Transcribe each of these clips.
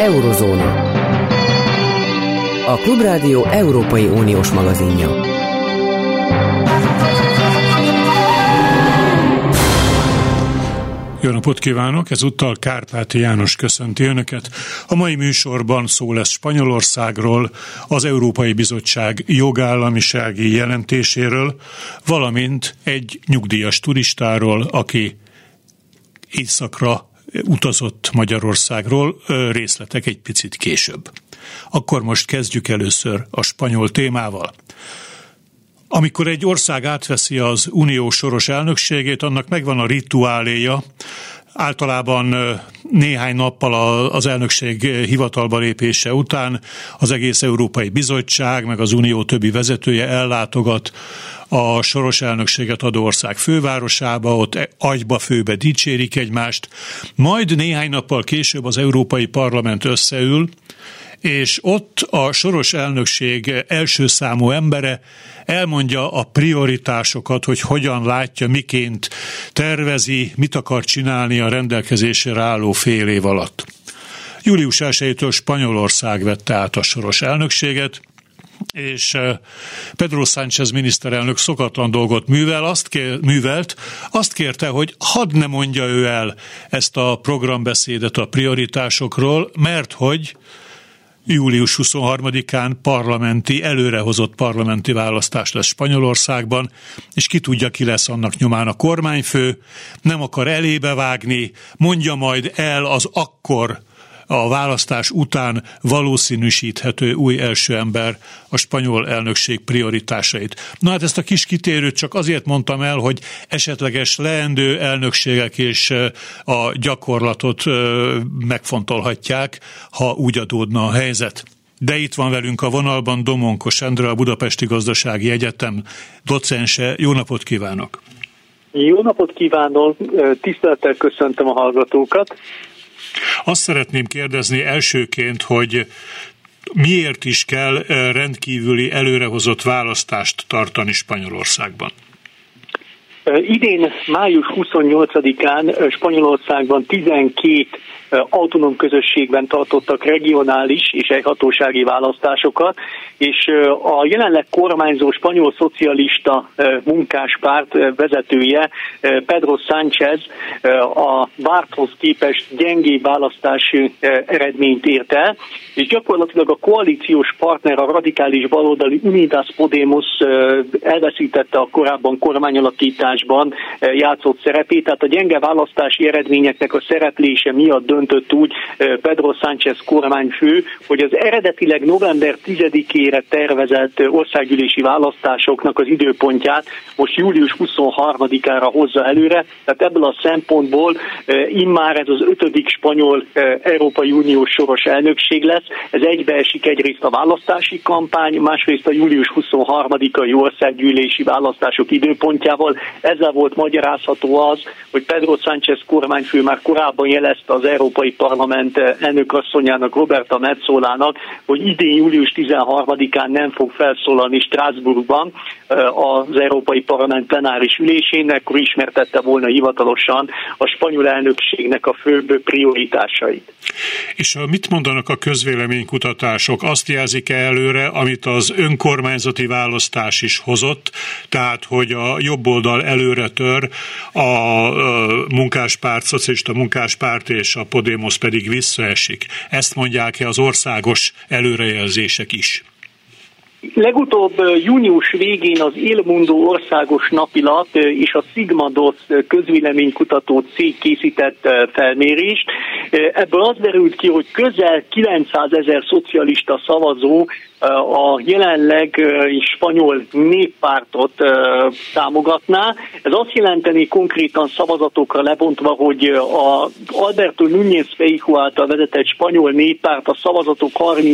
Eurozóna. A Klubrádió Európai Uniós magazinja. Jó napot kívánok! Ezúttal Kárpáti János köszönti Önöket. A mai műsorban szó lesz Spanyolországról, az Európai Bizottság jogállamisági jelentéséről, valamint egy nyugdíjas turistáról, aki északra utazott Magyarországról, részletek egy picit később. Akkor most kezdjük először a spanyol témával. Amikor egy ország átveszi az unió soros elnökségét, annak megvan a rituáléja. Általában néhány nappal az elnökség hivatalba lépése után az egész Európai Bizottság, meg az unió többi vezetője ellátogat a soros elnökséget adó ország fővárosába, ott agyba főbe dicsérik egymást. Majd néhány nappal később az Európai Parlament összeül, és ott a soros elnökség első számú embere elmondja a prioritásokat, hogy hogyan látja, miként tervezi, mit akar csinálni a rendelkezésre álló fél év alatt. Július 1-től Spanyolország vette át a soros elnökséget, és Pedro Sánchez miniszterelnök szokatlan dolgot művelt, azt kérte, hogy hadd ne mondja ő el ezt a programbeszédet a prioritásokról, mert hogy július 23-án előrehozott parlamenti választás lesz Spanyolországban, és ki tudja, ki lesz annak nyomán a kormányfő, nem akar elébe vágni, mondja majd el az akkor a választás után valószínűsíthető új első ember a spanyol elnökség prioritásait. Na hát ezt a kis kitérőt csak azért mondtam el, hogy esetleges leendő elnökségek és a gyakorlatot megfontolhatják, ha úgy adódna a helyzet. De itt van velünk a vonalban Domonkos Endre, a Budapesti Gazdasági Egyetem docense. Jó napot kívánok! Jó napot kívánok! Tisztelettel köszöntöm a hallgatókat! Azt szeretném kérdezni elsőként, hogy miért is kell rendkívüli előrehozott választást tartani Spanyolországban? Idén május 28-án Spanyolországban 12 autonóm közösségben tartottak regionális és helyhatósági választásokat, és a jelenleg kormányzó spanyol szocialista munkáspárt vezetője Pedro Sánchez a várthoz képest gyengébb választási eredményt ért el, és gyakorlatilag a koalíciós partner, a radikális baloldali Unidas Podemos elveszítette a korábban kormányalakításban játszott szerepét, tehát a gyenge választási eredményeknek a szereplése miatt döntött úgy Pedro Sánchez kormányfő, hogy az eredetileg november 10-ére tervezett országgyűlési választásoknak az időpontját most július 23-ára hozza előre, tehát ebből a szempontból immár ez az 5. spanyol Európai Uniós soros elnökség lesz. Ez egybeesik egyrészt a választási kampány, másrészt a július 23-ai országgyűlési választások időpontjával. Ezzel volt magyarázható az, hogy Pedro Sánchez kormányfő már korábban jelezte az Európai Parlament elnökasszonyának, Roberta Metsolának, hogy idén július 13-án nem fog felszólalni Strasbourgban az Európai Parlament plenáris ülésén, akkor ismertette volna hivatalosan a spanyol elnökségnek a főbb prioritásait. És mit mondanak a közvéleménykutatások? Azt jelzik előre, amit az önkormányzati választás is hozott, tehát hogy a jobb oldal előre tör, a munkáspárt, szocialista munkáspárt és a Podemos pedig visszaesik. Ezt mondják-e az országos előrejelzések is? Legutóbb június végén az El Mundo országos napilap és a Sigma-Dosz közvéleménykutató cég készített felmérést. Ebből az derült ki, hogy közel 900 000 szocialista szavazó a jelenleg spanyol néppártot támogatná. Ez azt jelenteni konkrétan szavazatokra lebontva, hogy a Alberto Núñez Feijóo által vezetett spanyol néppárt a szavazatok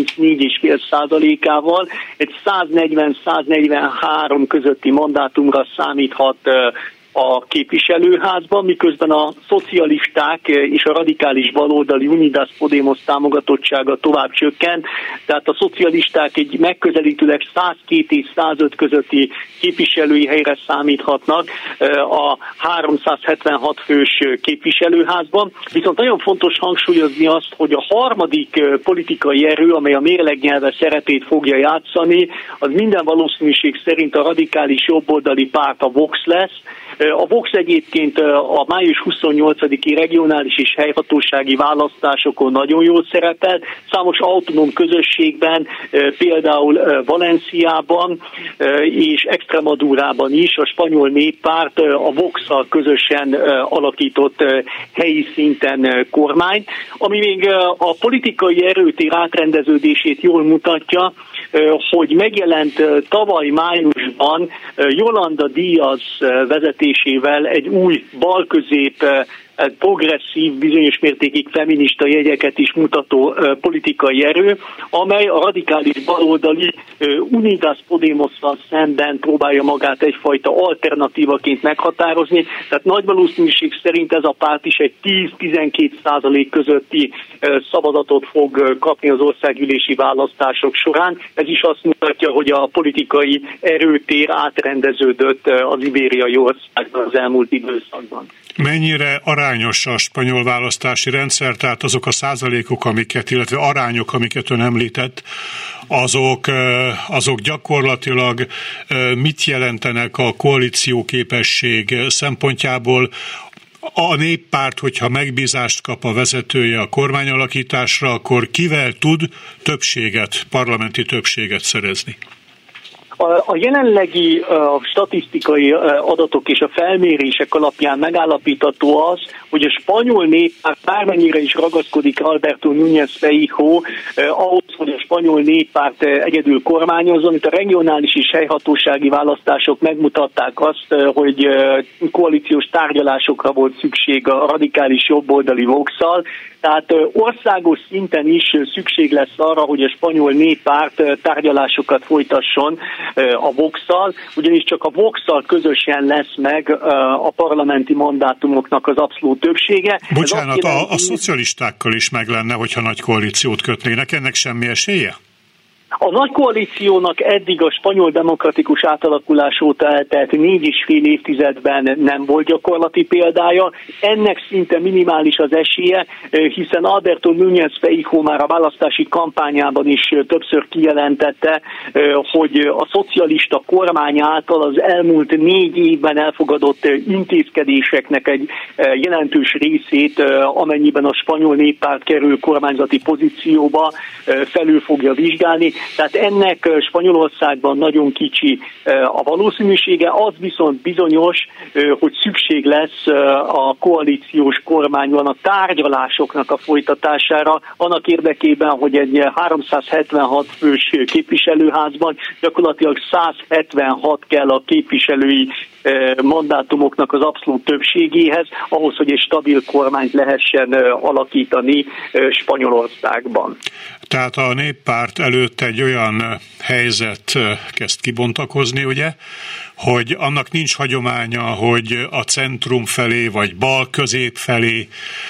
34,5%-ával egy 140-143 közötti mandátumra számíthat a képviselőházban, miközben a szocialisták és a radikális baloldali Unidas Podemos támogatottsága tovább csökkent, tehát a szocialisták egy megközelítőleg 102 és 105 közötti képviselői helyre számíthatnak a 376 fős képviselőházban. Viszont nagyon fontos hangsúlyozni azt, hogy a harmadik politikai erő, amely a mérlegnyelve szerepét fogja játszani, az minden valószínűség szerint a radikális jobboldali párt, a Vox lesz. A Vox egyébként a május 28-i regionális és helyhatósági választásokon nagyon jól szerepelt, számos autonóm közösségben, például Valenciában és Extremadurában is a spanyol néppárt a Vox-szal közösen alakított helyi szinten kormányt, ami még a politikai erőtér átrendeződését jól mutatja, hogy megjelent tavaly májusban Yolanda Díaz vezetésével egy új balközép, progresszív, bizonyos mértékig feminista jegyeket is mutató politikai erő, amely a radikális baloldali Unidas Podemosszal szemben próbálja magát egyfajta alternatívaként meghatározni, tehát nagy valószínűség szerint ez a párt is egy 10-12% közötti szavazatot fog kapni az országgyűlési választások során. Ez is azt mutatja, hogy a politikai erőtér átrendeződött az ibériai országban az elmúlt időszakban. Mennyire arányos a spanyol választási rendszer, tehát azok a százalékok, illetve arányok, amiket ön említett, azok gyakorlatilag mit jelentenek a koalícióképesség szempontjából? A néppárt, hogyha megbízást kap a vezetője a kormányalakításra, akkor kivel tud parlamenti többséget szerezni? A jelenlegi statisztikai adatok és a felmérések alapján megállapítható az, hogy a spanyol néppárt bármennyire is ragaszkodik Alberto Núñez Feijóo ahhoz, hogy a spanyol néppárt egyedül kormányozzon. Itt a regionális és helyhatósági választások megmutatták azt, hogy koalíciós tárgyalásokra volt szükség a radikális jobboldali Vox-szal, tehát országos szinten is szükség lesz arra, hogy a spanyol néppárt tárgyalásokat folytasson a Vox-szal, ugyanis csak a Vox-szal közösen lesz meg a parlamenti mandátumoknak az abszolút többsége. Bocsánat, a szocialistákkal is meg lenne, hogyha nagy koalíciót kötnének, ennek semmi esélye? A nagy koalíciónak eddig a spanyol demokratikus átalakulás óta eltelt 4,5 évtizedben nem volt gyakorlati példája. Ennek szinte minimális az esélye, hiszen Alberto Núñez Feijóo már a választási kampányában is többször kijelentette, hogy a szocialista kormány által az elmúlt 4 évben elfogadott intézkedéseknek egy jelentős részét, amennyiben a spanyol néppárt kerül kormányzati pozícióba, felül fogja vizsgálni. Tehát ennek Spanyolországban nagyon kicsi a valószínűsége, az viszont bizonyos, hogy szükség lesz a koalíciós kormányban a tárgyalásoknak a folytatására, annak érdekében, hogy egy 376 fős képviselőházban gyakorlatilag 176 kell a képviselői mandátumoknak az abszolút többségéhez, ahhoz, hogy egy stabil kormányt lehessen alakítani Spanyolországban. Tehát a néppárt előtt egy olyan helyzet kezd kibontakozni, ugye, hogy annak nincs hagyománya, hogy a centrum felé, vagy bal-közép felé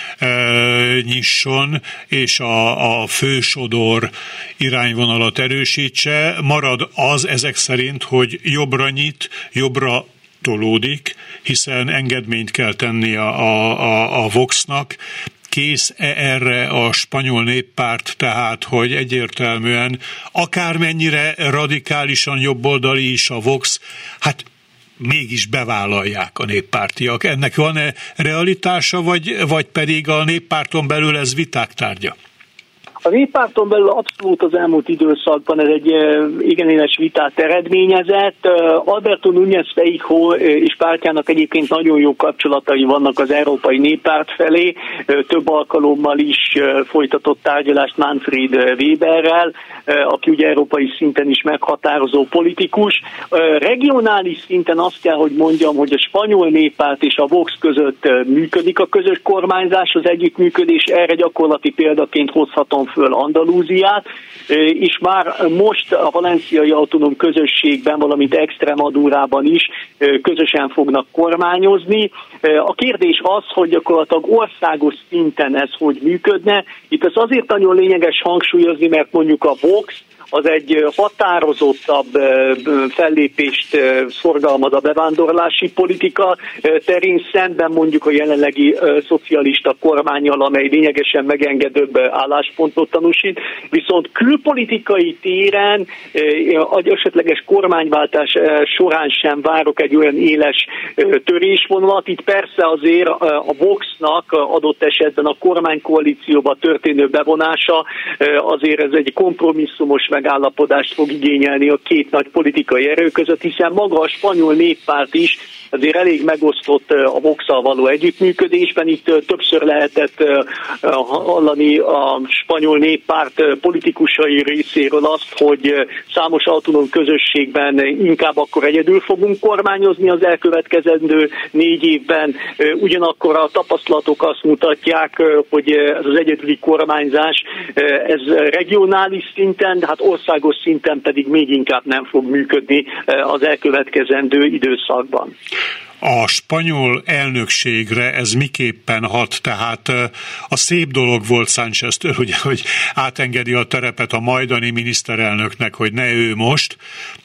nyisson, és a fősodor irányvonalat erősítse. Marad az ezek szerint, hogy jobbra nyit, jobbra tolódik, hiszen engedményt kell tenni a Voxnak. Kész-e erre a spanyol néppárt, tehát, hogy egyértelműen akármennyire radikálisan jobboldali is a Vox, hát mégis bevállalják a néppártiak. Ennek van-e realitása, vagy pedig a néppárton belül ez viták tárgya? A néppárton belül abszolút az elmúlt időszakban ez egy igenis vitát eredményezett. Alberto Núñez Feijóo és pártjának egyébként nagyon jó kapcsolatai vannak az Európai Néppárt felé. Több alkalommal is folytatott tárgyalást Manfred Weberrel, aki ugye európai szinten is meghatározó politikus. Regionális szinten azt kell, hogy mondjam, hogy a spanyol néppárt és a Vox között működik a közös kormányzás, az együttműködés. Erre gyakorlati példaként hozhatom föl Andalúziát, és már most a valenciai autonóm közösségben, valamint Extremadurában is közösen fognak kormányozni. A kérdés az, hogy gyakorlatilag országos szinten ez hogy működne. Itt ez azért nagyon lényeges hangsúlyozni, mert mondjuk a Vox az egy határozottabb fellépést szorgalmaz a bevándorlási politika terén, szemben mondjuk a jelenlegi szocialista kormánnyal, amely lényegesen megengedőbb álláspontot tanúsít. Viszont külpolitikai téren az esetleges kormányváltás során sem várok egy olyan éles törésvonalat. Itt persze azért a Voxnak adott esetben a kormánykoalícióba történő bevonása azért ez egy kompromisszumos megállapodást fog igényelni a két nagy politikai erő között, hiszen maga a spanyol néppárt is azért elég megosztott a Vox-szal való együttműködésben. Itt többször lehetett hallani a spanyol néppárt politikusai részéről azt, hogy számos autonóm közösségben inkább akkor egyedül fogunk kormányozni az elkövetkezendő 4 évben. Ugyanakkor a tapasztalatok azt mutatják, hogy ez az egyedüli kormányzás ez regionális szinten, hát országos szinten pedig még inkább nem fog működni az elkövetkezendő időszakban. A spanyol elnökségre ez miképpen hat? Tehát a szép dolog volt Sánchez-től, ugye, hogy átengedi a terepet a majdani miniszterelnöknek, hogy ne ő most,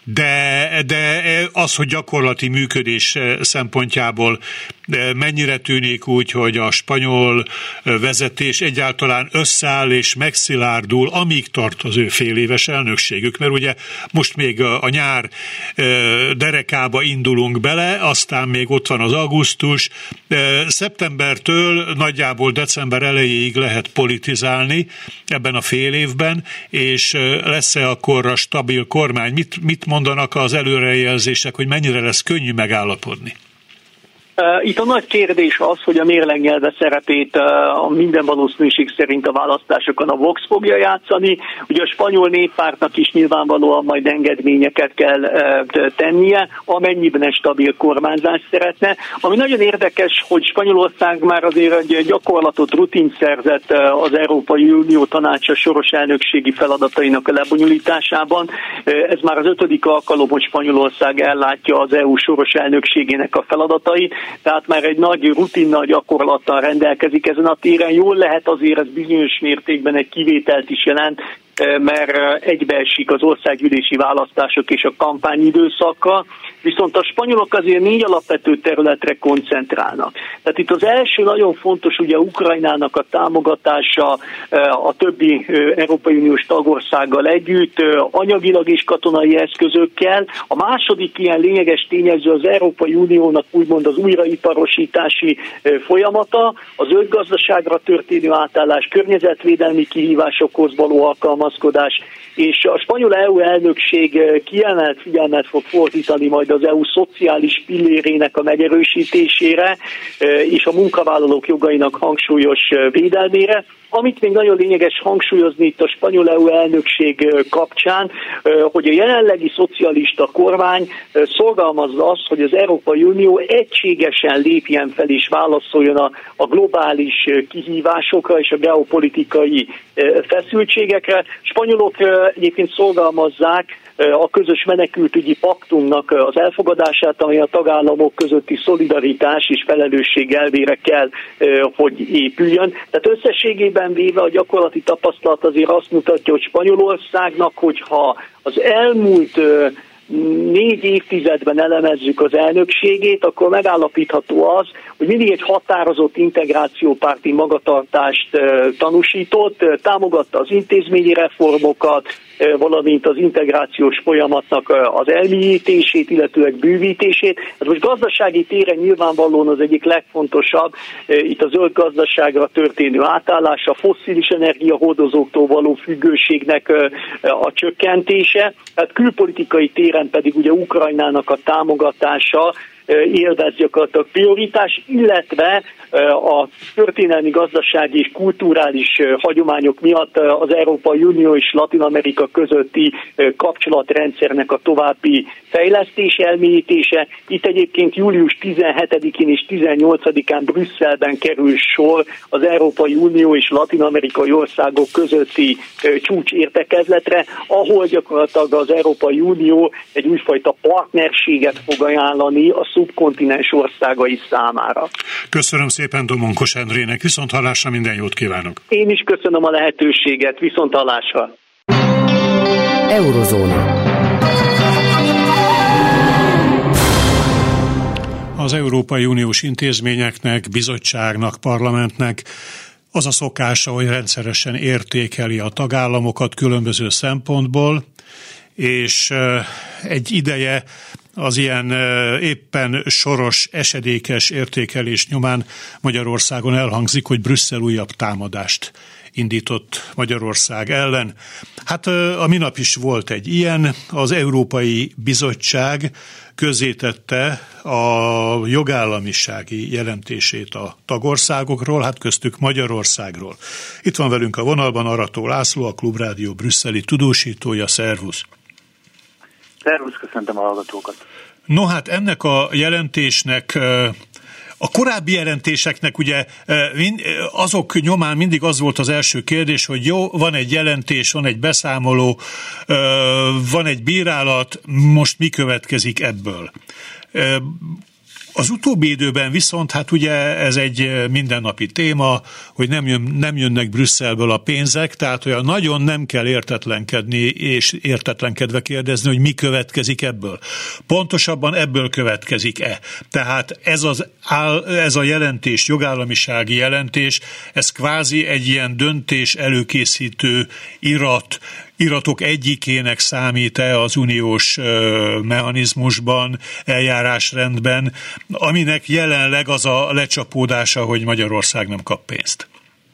de az, hogy gyakorlati működés szempontjából mennyire tűnik úgy, hogy a spanyol vezetés egyáltalán összeáll és megszilárdul, amíg tart az ő féléves elnökségük, mert ugye most még a nyár derekába indulunk bele, aztán még ott van az augusztus, szeptembertől nagyjából december elejéig lehet politizálni ebben a fél évben, és lesz-e akkorra stabil kormány? Mit mondanak az előrejelzések, hogy mennyire lesz könnyű megállapodni? Itt a nagy kérdés az, hogy a mérlegnyelve szerepét a minden valószínűség szerint a választásokon a Vox fogja játszani. Ugye a spanyol néppártnak is nyilvánvalóan majd engedményeket kell tennie, amennyiben egy stabil kormányzást szeretne. Ami nagyon érdekes, hogy Spanyolország már azért egy gyakorlatot, rutint szerzett az Európai Unió Tanácsa soros elnökségi feladatainak a lebonyolításában. Ez már az 5. alkalom, hogy Spanyolország ellátja az EU soros elnökségének a feladatait. Tehát már egy nagy rutinnal, gyakorlattal rendelkezik ezen a téren. Jól lehet azért ez bizonyos mértékben egy kivételt is jelent, mert egybeesik az országgyűlési választások és a kampányidőszakkal, viszont a spanyolok azért 4 alapvető területre koncentrálnak. Tehát itt az első nagyon fontos ugye Ukrajnának a támogatása a többi Európai Uniós tagországgal együtt, anyagilag és katonai eszközökkel. A második ilyen lényeges tényező az Európai Uniónak úgymond az újraiparosítási folyamata, a zöld gazdaságra történő átállás, környezetvédelmi kihívásokhoz való alkalmazkodás, és a spanyol EU elnökség kiemelt figyelmet fog fordítani majd az EU szociális pillérének a megerősítésére és a munkavállalók jogainak hangsúlyos védelmére. Amit még nagyon lényeges hangsúlyozni itt a spanyol EU elnökség kapcsán, hogy a jelenlegi szocialista kormány szorgalmazza azt, hogy az Európai Unió egységesen lépjen fel és válaszoljon a globális kihívásokra és a geopolitikai feszültségekre. Spanyolok egyébként szorgalmazzák a közös menekültügyi paktumnak az elfogadását, amely a tagállamok közötti szolidaritás és felelősség elvére kell, hogy épüljön. Tehát összességében véve a gyakorlati tapasztalat azért azt mutatja, hogy Spanyolországnak, hogyha az elmúlt 4 évtizedben elemezzük az elnökségét, akkor megállapítható az, hogy mindig egy határozott integrációpárti magatartást tanúsított, támogatta az intézményi reformokat, valamint az integrációs folyamatnak az elmélyítését, illetőleg bővítését. Ez most gazdasági téren nyilvánvalóan az egyik legfontosabb, itt a zöld gazdaságra történő átállás, a fosszilis energiahordozóktól való függőségnek a csökkentése, tehát külpolitikai téren pedig ugye Ukrajnának a támogatása, élvez gyakorlatilag prioritás, illetve a történelmi, gazdasági és kulturális hagyományok miatt az Európai Unió és Latin-Amerika közötti kapcsolatrendszernek a további fejlesztése, elmélyítése. Itt egyébként július 17-én és 18-án Brüsszelben kerül sor az Európai Unió és latin-amerikai országok közötti csúcsértekezletre, ahol gyakorlatilag az Európai Unió egy újfajta partnerséget fog ajánlani a szubkontinens országai számára. Köszönöm szépen Domonkos Endrének, viszonthallásra, minden jót kívánok! Én is köszönöm a lehetőséget, viszonthallásra! Eurozóna. Az Európai Uniós intézményeknek, bizottságnak, parlamentnek az a szokása, hogy rendszeresen értékeli a tagállamokat különböző szempontból, és egy ideje az ilyen éppen soros, esedékes értékelés nyomán Magyarországon elhangzik, hogy Brüsszel újabb támadást indított Magyarország ellen. Hát a minap is volt egy ilyen, az Európai Bizottság közzétette a jogállamisági jelentését a tagországokról, hát köztük Magyarországról. Itt van velünk a vonalban Arató László, a Klubrádió brüsszeli tudósítója. Szervusz! Szervusz, köszöntöm a hallgatókat! No hát ennek a jelentésnek, a korábbi jelentéseknek ugye azok nyomán mindig az volt az első kérdés, hogy jó, van egy jelentés, van egy beszámoló, van egy bírálat, most mi következik ebből? Az utóbbi időben viszont, hát ugye ez egy mindennapi téma, hogy nem jönnek Brüsszelből a pénzek, tehát olyan nagyon nem kell értetlenkedni és értetlenkedve kérdezni, hogy mi következik ebből. Pontosabban ebből következik-e. Tehát ez a jelentés, jogállamisági jelentés, ez kvázi egy ilyen döntés előkészítő iratok egyikének számít-e az uniós mechanizmusban, eljárásrendben, aminek jelenleg az a lecsapódása, hogy Magyarország nem kap pénzt?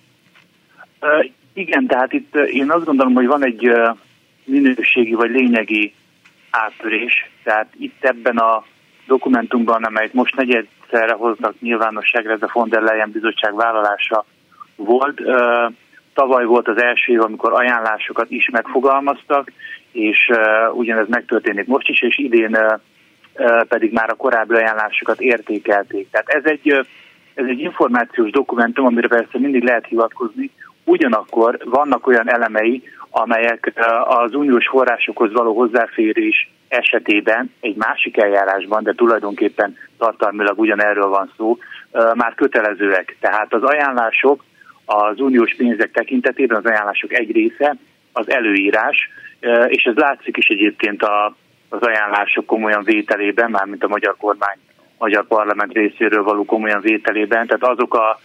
Igen, tehát itt én azt gondolom, hogy van egy minőségi vagy lényegi áttörés, tehát itt ebben a dokumentumban, amelyet most negyedszerre hoznak nyilvánosságra, ez a von der Leyen bizottság vállalása volt. Tavaly volt az első év, amikor ajánlásokat is megfogalmaztak, és ugyanez megtörténik most is, és idén pedig már a korábbi ajánlásokat értékelték. Tehát ez egy információs dokumentum, amire persze mindig lehet hivatkozni, ugyanakkor vannak olyan elemei, amelyek az uniós forrásokhoz való hozzáférés esetében egy másik eljárásban, de tulajdonképpen tartalmilag ugyanerről van szó, már kötelezőek. Tehát az ajánlások az uniós pénzek tekintetében, az ajánlások egy része az előírás, és ez látszik is egyébként az ajánlások komolyan vételében, mármint a magyar kormány, magyar parlament részéről való komolyan vételében, tehát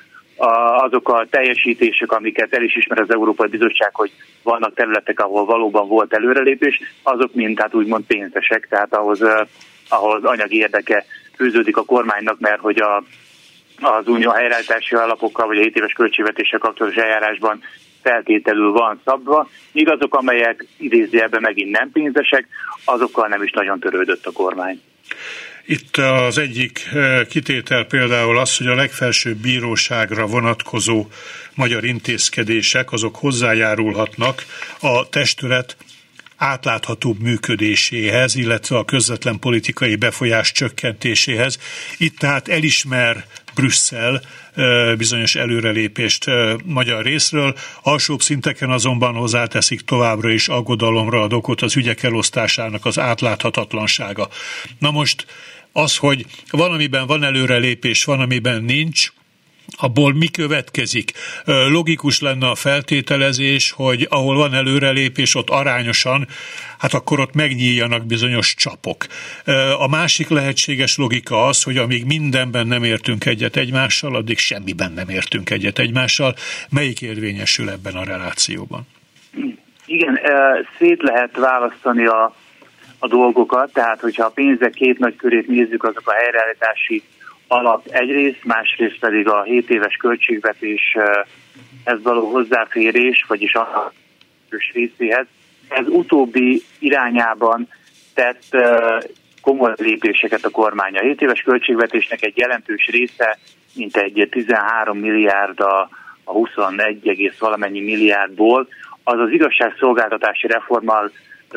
azok a teljesítések, amiket el is ismer az Európai Bizottság, hogy vannak területek, ahol valóban volt előrelépés, azok mind hát úgymond pénzesek, tehát ahhoz anyagi érdeke fűződik a kormánynak, mert hogy az unió helyreállítási alapokkal, vagy a 7 éves költségvetéssel kapcsolatos eljárásban feltételül van szabva, míg azok, amelyek idézőjelben megint nem pénzesek, azokkal nem is nagyon törődött a kormány. Itt az egyik kitétel például az, hogy a legfelsőbb bíróságra vonatkozó magyar intézkedések, azok hozzájárulhatnak a testület átláthatóbb működéséhez, illetve a közvetlen politikai befolyás csökkentéséhez. Itt tehát elismer Brüsszel bizonyos előrelépést magyar részről, alsóbb szinteken azonban hozzáteszik továbbra is aggodalomra ad okot az ügyek elosztásának az átláthatatlansága. Na most az, hogy van, amiben van előrelépés, van, amiben nincs, abból mi következik? Logikus lenne a feltételezés, hogy ahol van előrelépés, ott arányosan, hát akkor ott megnyíljanak bizonyos csapok. A másik lehetséges logika az, hogy amíg mindenben nem értünk egyet egymással, addig semmiben nem értünk egyet egymással. Melyik érvényesül ebben a relációban? Igen, szét lehet választani a dolgokat, tehát hogyha a pénzek két nagy körét nézzük, azok a helyreállítási alap egyrészt, másrészt pedig a 7 éves költségvetéshez való hozzáférés, vagyis a részéhez. Ez utóbbi irányában tett komoly lépéseket a kormány. A 7 éves költségvetésnek egy jelentős része, mint egy 13 milliárd a 21, valamennyi milliárdból, az az igazságszolgáltatási reformmal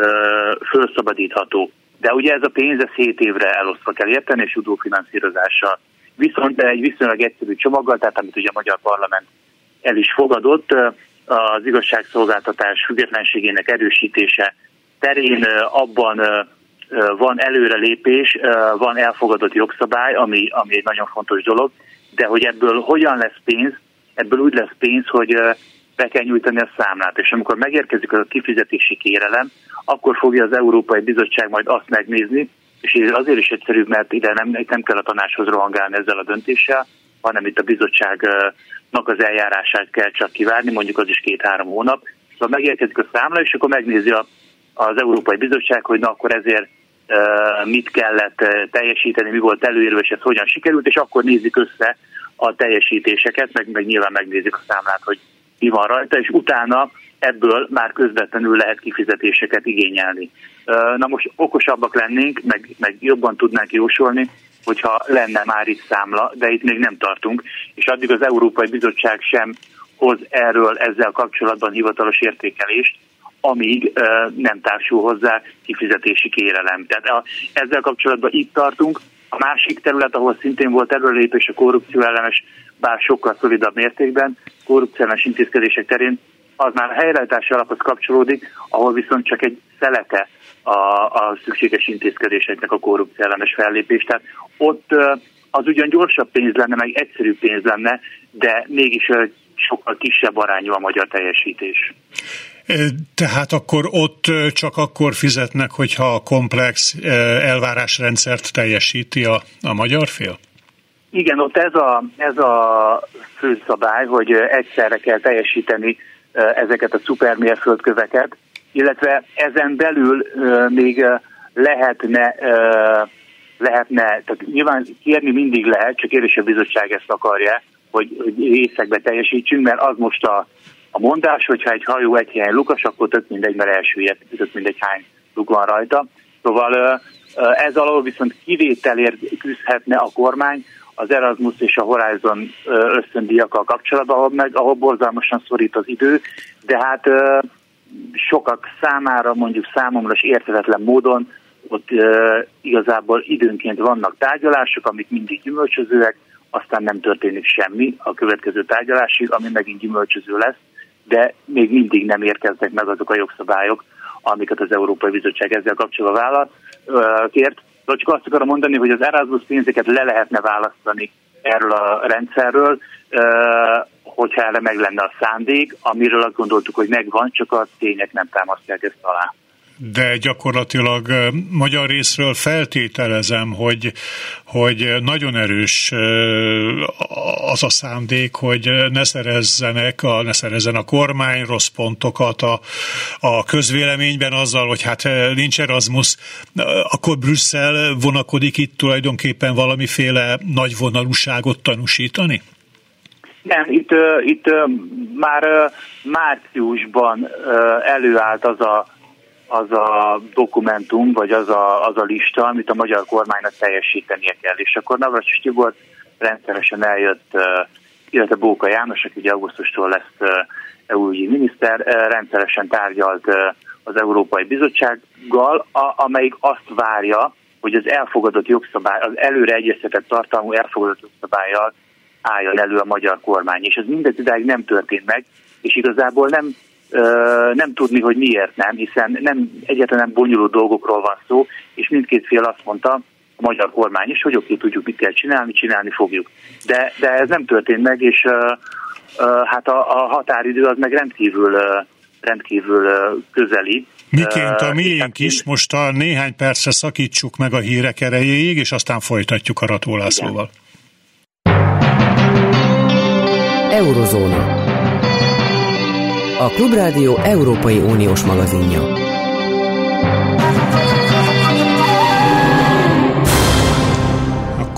felszabadítható. De ugye ez a pénz 7 évre elosztva kell érteni, és utófinanszírozással. Viszont egy viszonylag egyszerű csomaggal, tehát amit ugye a magyar parlament el is fogadott, az igazságszolgáltatás függetlenségének erősítése terén abban van előrelépés, van elfogadott jogszabály, ami egy nagyon fontos dolog, de hogy ebből hogyan lesz pénz, ebből úgy lesz pénz, hogy be kell nyújtani a számlát, és amikor megérkezik a kifizetési kérelem, akkor fogja az Európai Bizottság majd azt megnézni, és ez azért is egyszerűbb, mert ide nem kell a tanácshoz rohangálni ezzel a döntéssel, hanem itt a bizottságnak az eljárását kell csak kivárni, mondjuk az is 2-3 hónap. Szóval megérkezik a számla, és akkor megnézi az Európai Bizottság, hogy na akkor ezért mit kellett teljesíteni, mi volt előírva, és ez hogyan sikerült, és akkor nézik össze a teljesítéseket, meg nyilván megnézik a számlát, hogy mi van rajta, és utána ebből már közvetlenül lehet kifizetéseket igényelni. Na most okosabbak lennénk, meg jobban tudnánk jósolni, hogyha lenne már itt számla, de itt még nem tartunk, és addig az Európai Bizottság sem hoz ezzel kapcsolatban hivatalos értékelést, amíg nem társul hozzá kifizetési kérelem. Tehát ezzel kapcsolatban itt tartunk. A másik terület, ahol szintén volt előrelépés a korrupció ellenes, bár sokkal szolidabb mértékben, korrupció ellenes intézkedések terén, az már a helyreállítási alaphoz kapcsolódik, ahol viszont csak egy szelete a szükséges intézkedéseknek a korrupció ellenes fellépés. Tehát ott az ugyan gyorsabb pénz lenne, meg egyszerű pénz lenne, de mégis sokkal kisebb arányú a magyar teljesítés. Tehát akkor ott csak akkor fizetnek, hogyha a komplex elvárásrendszert teljesíti a magyar fél? Igen, ott ez a főszabály, hogy egyszerre kell teljesíteni ezeket a szupermérföldköveket, illetve ezen belül még lehetne, tehát nyilván kérni mindig lehet, csak kérdés a bizottság ezt akarja, hogy részekbe teljesítsünk, mert az most a mondás, hogyha egy hajó egy helyen lukas, akkor tök mindegy, mert elsüllyed, tök mindegy hány luk van rajta. Szóval ez alól viszont kivételért küzdhetne a kormány az Erasmus és a Horizon ösztöndíjakkal kapcsolatban, ahol borzalmasan szorít az idő, de hát sokak számára, mondjuk számomra is érthetetlen módon ott igazából időnként vannak tárgyalások, amik mindig gyümölcsözőek, aztán nem történik semmi a következő tárgyalásig, ami megint gyümölcsöző lesz, de még mindig nem érkeznek meg azok a jogszabályok, amiket az Európai Bizottság ezzel kapcsolatban kért. De csak azt akarom mondani, hogy az Erasmus pénzeket le lehetne választani erről a rendszerről, hogyha erre meg lenne a szándék, amiről azt gondoltuk, hogy megvan, csak a tények nem támasztják ezt alá. De gyakorlatilag magyar részről feltételezem, hogy nagyon erős az a szándék, hogy ne szerezzen a kormány rossz pontokat a közvéleményben azzal, hogy hát nincs Erasmus, akkor Brüsszel vonakodik itt tulajdonképpen valamiféle nagyvonalúságot tanúsítani? Nem, itt már márciusban előállt az a dokumentum, vagy az a lista, amit a magyar kormánynak teljesítenie kell. És akkor Navracsics Tibor rendszeresen eljött, illetve Bóka János, aki ugye augusztustól lesz EU-ügyi miniszter, rendszeresen tárgyalt az Európai Bizottsággal, amelyik azt várja, hogy az elfogadott jogszabály, az előre egyeztetett tartalmú elfogadott jogszabállyal álljon elő a magyar kormány. És ez mindezidáig nem történt meg, és igazából nem tudni, hogy miért nem, hiszen egyáltalán nem bonyolult dolgokról van szó, és mindkét fél azt mondta, a magyar kormány is, hogy oké, tudjuk, mit kell csinálni fogjuk. De ez nem történt meg, és hát a határidő az meg rendkívül közeli. Miként a miénk is, most a néhány percre szakítsuk meg a hírek erejéig, és aztán folytatjuk a Rató Lászlóval. Eurozóna. A Klubrádió Európai Uniós magazinja.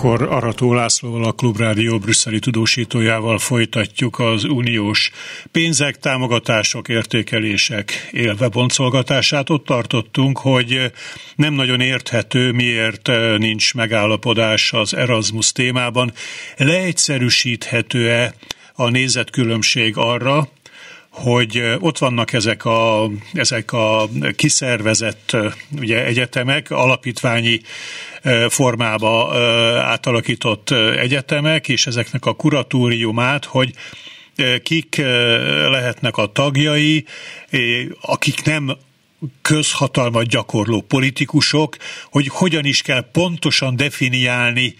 Akkor Arató Lászlóval, a Klubrádió brüsszeli tudósítójával folytatjuk az uniós pénzek, támogatások, értékelések élve boncolgatását. Ott tartottunk, hogy nem nagyon érthető, miért nincs megállapodás az Erasmus témában. Leegyszerűsíthető-e a nézetkülönbség arra, hogy ott vannak ezek a kiszervezett ugye, egyetemek, alapítványi formába átalakított egyetemek, és ezeknek a kuratóriumát, hogy kik lehetnek a tagjai, akik nem közhatalmat gyakorló politikusok, hogy hogyan is kell pontosan definiálni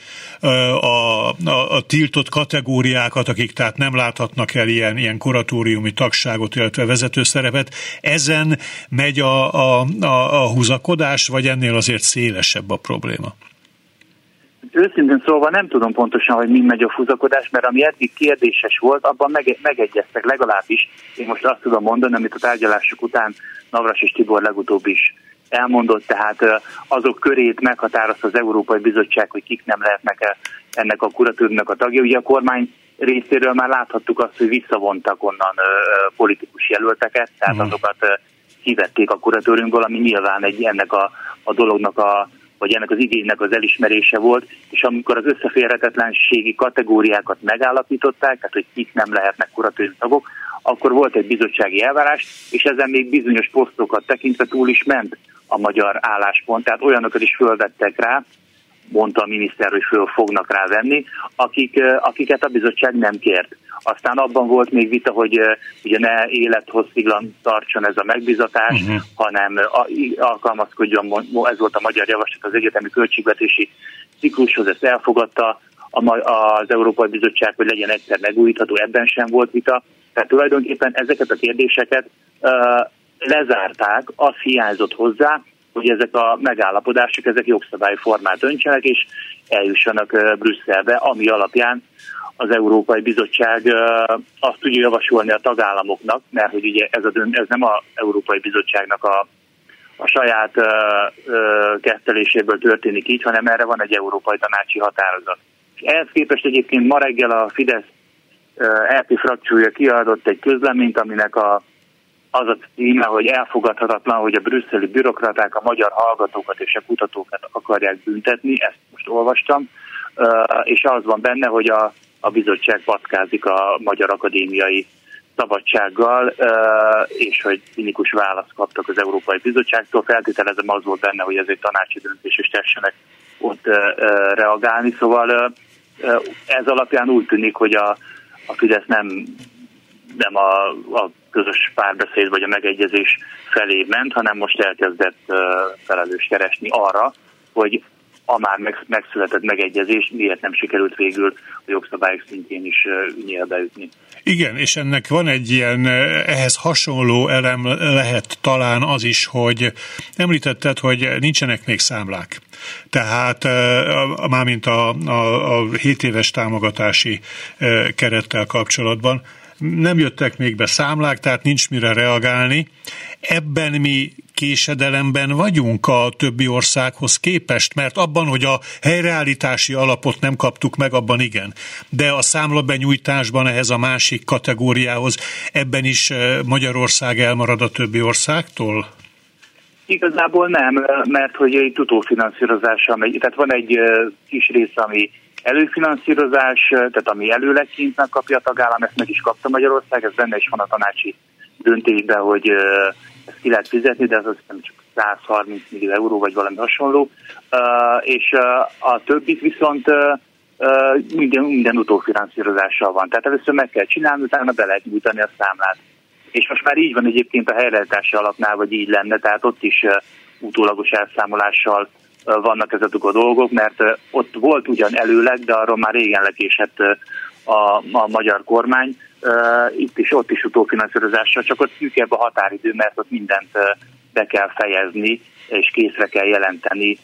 a tiltott kategóriákat, akik tehát nem láthatnak el ilyen kuratóriumi tagságot, illetve vezetőszerepet. Ezen megy a húzakodás, vagy ennél azért szélesebb a probléma? Őszintén szólva nem tudom pontosan, hogy mi megy a húzakodás, mert ami eddig kérdéses volt, abban megegyeztek legalábbis. Én most azt tudom mondani, amit a tárgyalások után Navras és Tibor legutóbb is elmondott, tehát azok körét meghatározta az Európai Bizottság, hogy kik nem lehetnek ennek a kuratóriumnak a tagja. Ugye a kormány részéről már láthattuk azt, hogy visszavontak onnan politikus jelölteket, tehát azokat kivették a kuratóriumból, ami nyilván ennek a dolognak vagy ennek az igénynek az elismerése volt, és amikor az összeférhetetlenségi kategóriákat megállapították, tehát hogy kik nem lehetnek kuratóriumi tagok, akkor volt egy bizottsági elvárás, és ezen még bizonyos posztokat tekintve túl is ment a magyar álláspont, tehát olyanokat is fölvettek rá, mondta a miniszter, hogy föl fognak rá venni, akiket a bizottság nem kért. Aztán abban volt még vita, hogy ugye ne élethossziglan tartson ez a megbízatás, hanem alkalmazkodjon, ez volt a magyar javaslat az egyetemi költségvetési ciklushoz, ezt elfogadta az Európai Bizottság, hogy legyen egyszer megújítható, ebben sem volt vita. Tehát tulajdonképpen ezeket a kérdéseket lezárták, az hiányzott hozzá, hogy ezek a megállapodások, ezek jogszabályi formát öntsenek, és eljussanak Brüsszelbe, ami alapján az Európai Bizottság azt tudja javasolni a tagállamoknak, mert hogy ugye ez nem az Európai Bizottságnak a saját ketteléséből történik így, hanem erre van egy európai tanácsi határozat. És ehhez képest egyébként ma reggel a Fidesz EP frakciója kiadott egy közleményt, aminek az a címe, hogy elfogadhatatlan, hogy a brüsszeli bürokraták a magyar hallgatókat és a kutatókat akarják büntetni, ezt most olvastam, és az van benne, hogy a bizottság packázik a magyar akadémiai szabadsággal, és hogy cinikus választ kaptak az Európai Bizottságtól. Feltételezem, az volt benne, hogy ez egy tanácsi döntés, és tessenek ott reagálni. Szóval ez alapján úgy tűnik, hogy a Fidesz nem a közös párbeszéd vagy a megegyezés felé ment, hanem most elkezdett felelős keresni arra, hogy a már megszületett megegyezés miért nem sikerült végül a jogszabályok szintjén is nyílbe ütni. Igen, és ennek van egy ilyen ehhez hasonló elem lehet talán az is, hogy említetted, hogy nincsenek még számlák. Tehát mármint a 7 éves támogatási kerettel kapcsolatban nem jöttek még be számlák, tehát nincs mire reagálni. Ebben mi késedelemben vagyunk a többi országhoz képest, mert abban, hogy a helyreállítási alapot nem kaptuk meg, abban igen. De a számlabenyújtásban ehhez a másik kategóriához, ebben is Magyarország elmarad a többi országtól? Igazából nem, mert hogy egy utófinanszírozással megy. Tehát van egy kis rész, ami előfinanszírozás, tehát ami előleg kint megkapja a tagállam, ezt meg is kapta Magyarország, ez benne is van a tanácsi döntésben, hogy ezt ki lehet fizetni, de ez azt hiszem csak 130 millió euró, vagy valami hasonló, és a többit viszont minden utófinanszírozással van. Tehát először meg kell csinálni, utána be lehet nyújtani a számlát. És most már így van egyébként a helyreállítási alapnál, vagy így lenne, tehát ott is utólagos elszámolással vannak ezek a dolgok, mert ott volt ugyan előleg, de arról már régen lekésett a magyar kormány. Ott is utófinanszírozással, csak ott szűkebb a határidő, mert ott mindent be kell fejezni, és készre kell jelenteni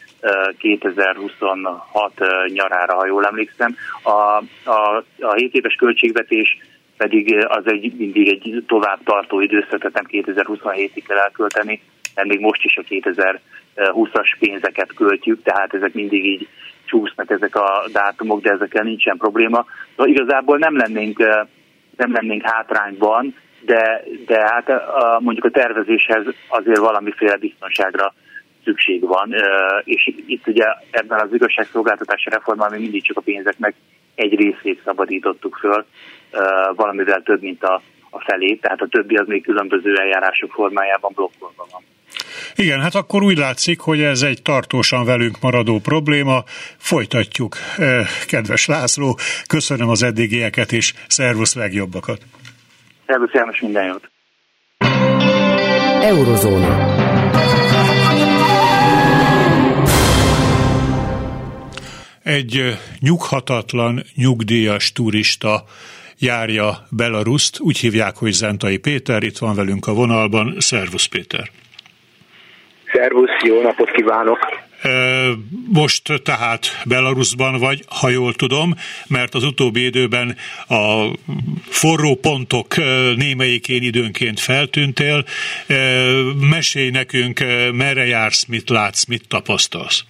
2026 nyarára, ha jól emlékszem. A 7 éves költségvetés pedig az mindig egy tovább tartó időszak, tehát nem 2027-ig kell elkölteni, mert még most is a 2020-as pénzeket költjük, tehát ezek mindig így csúsznak ezek a dátumok, de ezekkel nincsen probléma. Szóval igazából nem lennénk hátrányban, de hát mondjuk a tervezéshez azért valamiféle biztonságra szükség van, és itt ugye ebben az igazságszolgáltatási reformban mi mindig csak a pénzeknek egy részét szabadítottuk föl, valamivel több, mint a felét, tehát a többi az még különböző eljárások formájában blokkolva van. Igen, hát akkor úgy látszik, hogy ez egy tartósan velünk maradó probléma. Folytatjuk. Kedves László, köszönöm az eddigieket, és szervusz, legjobbakat. Szervusz János, minden jót. Eurozóna. Egy nyughatatlan, nyugdíjas turista járja Belaruszt, úgy hívják, hogy Zentai Péter, itt van velünk a vonalban. Szervusz Péter! Szervusz, jó napot kívánok! Most tehát Belarusban vagy, ha jól tudom, mert az utóbbi időben a forró pontok némelyikén időnként feltűntél. Mesélj nekünk, merre jársz, mit látsz, mit tapasztalsz?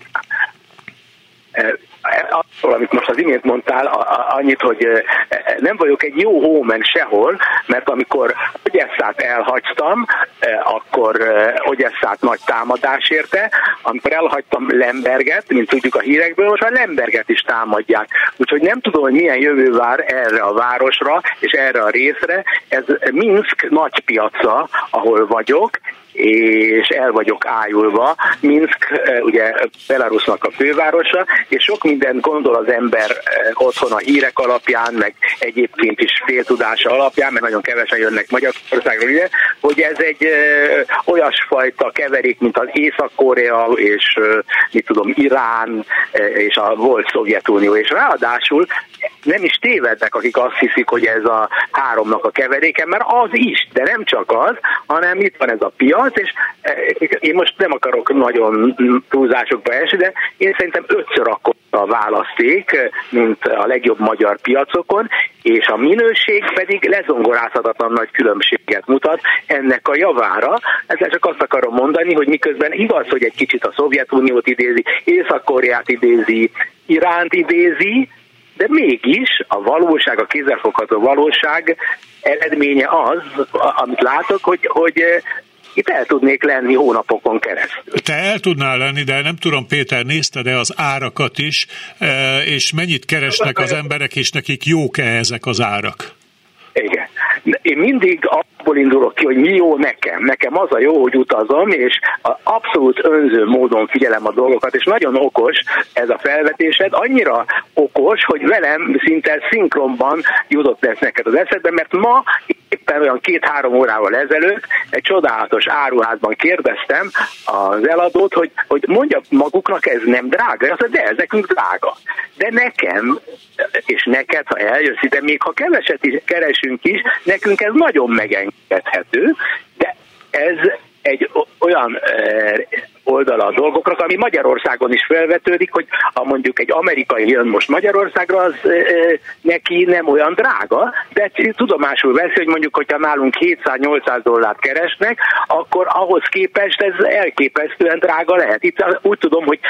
Attól, amit most az imént mondtál, annyit, hogy nem vagyok egy jó hómen sehol, mert amikor Ogyesszát elhagytam, akkor Ogyesszát nagy támadás érte, amikor elhagytam Lemberget, mint tudjuk a hírekből, most már Lemberget is támadják. Úgyhogy nem tudom, hogy milyen jövő vár erre a városra és erre a részre. Ez Minszk nagypiaca, ahol vagyok, és el vagyok ájulva. Minszk ugye Belarusnak a fővárosa, és sok mindent gondol az ember otthon a hírek alapján, meg egyébként is féltudása alapján, mert nagyon kevesen jönnek Magyarországról ide, hogy ez egy olyasfajta keverék, mint az Észak-Korea, és mit tudom, Irán, és a volt Szovjetunió, és ráadásul nem is tévednek, akik azt hiszik, hogy ez a háromnak a keveréke, mert az is, de nem csak az, hanem itt van ez a piac, és én most nem akarok nagyon túlzásokba esni, de én szerintem 5-ször akkor a választék, mint a legjobb magyar piacokon, és a minőség pedig lezongorázhatatlan nagy különbséget mutat ennek a javára. Ezzel csak azt akarom mondani, hogy miközben igaz, hogy egy kicsit a Szovjetuniót idézi, Észak-Koreát idézi, Iránt idézi, de mégis a valóság, a kézzelfogható valóság eredménye az, amit látok, hogy itt el tudnék lenni hónapokon keresztül. Te el tudnál lenni, de nem tudom, Péter, nézted-e az árakat is, és mennyit keresnek az emberek, és nekik jók-e ezek az árak? Igen. Én mindig abból indulok ki, hogy mi jó nekem. Nekem az a jó, hogy utazom, és abszolút önző módon figyelem a dolgokat, és nagyon okos ez a felvetésed. Annyira okos, hogy velem szinte szinkronban jutott lesz neked az eszedbe, mert ma éppen olyan 2-3 órával ezelőtt egy csodálatos áruházban kérdeztem az eladót, hogy mondja maguknak, ez nem drága? Azt mondja, de ez nekünk drága. De nekem, és neked, ha eljössz ide, még ha keveset is keresünk is, nekünk ez nagyon megengedhető, de ez egy olyan oldala a dolgoknak, ami Magyarországon is felvetődik, hogy ha mondjuk egy amerikai jön most Magyarországra, az neki nem olyan drága, de tudomásul veszi, hogy mondjuk, hogyha nálunk $700-800 keresnek, akkor ahhoz képest ez elképesztően drága lehet. Itt úgy tudom, hogy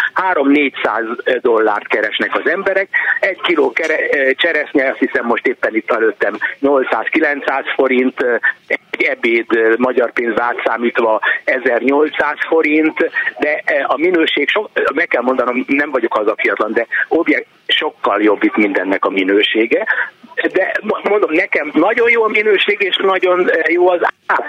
$300-400 keresnek az emberek, 1 kiló cseresznye, azt hiszem most éppen itt előttem 800-900 forint, egy ebéd magyar pénz átszámítva 1800 forint, de a minőség, meg kell mondanom, nem vagyok hazafiatlan, de sokkal jobb itt mindennek a minősége. De mondom, nekem nagyon jó a minőség, és nagyon jó az ár.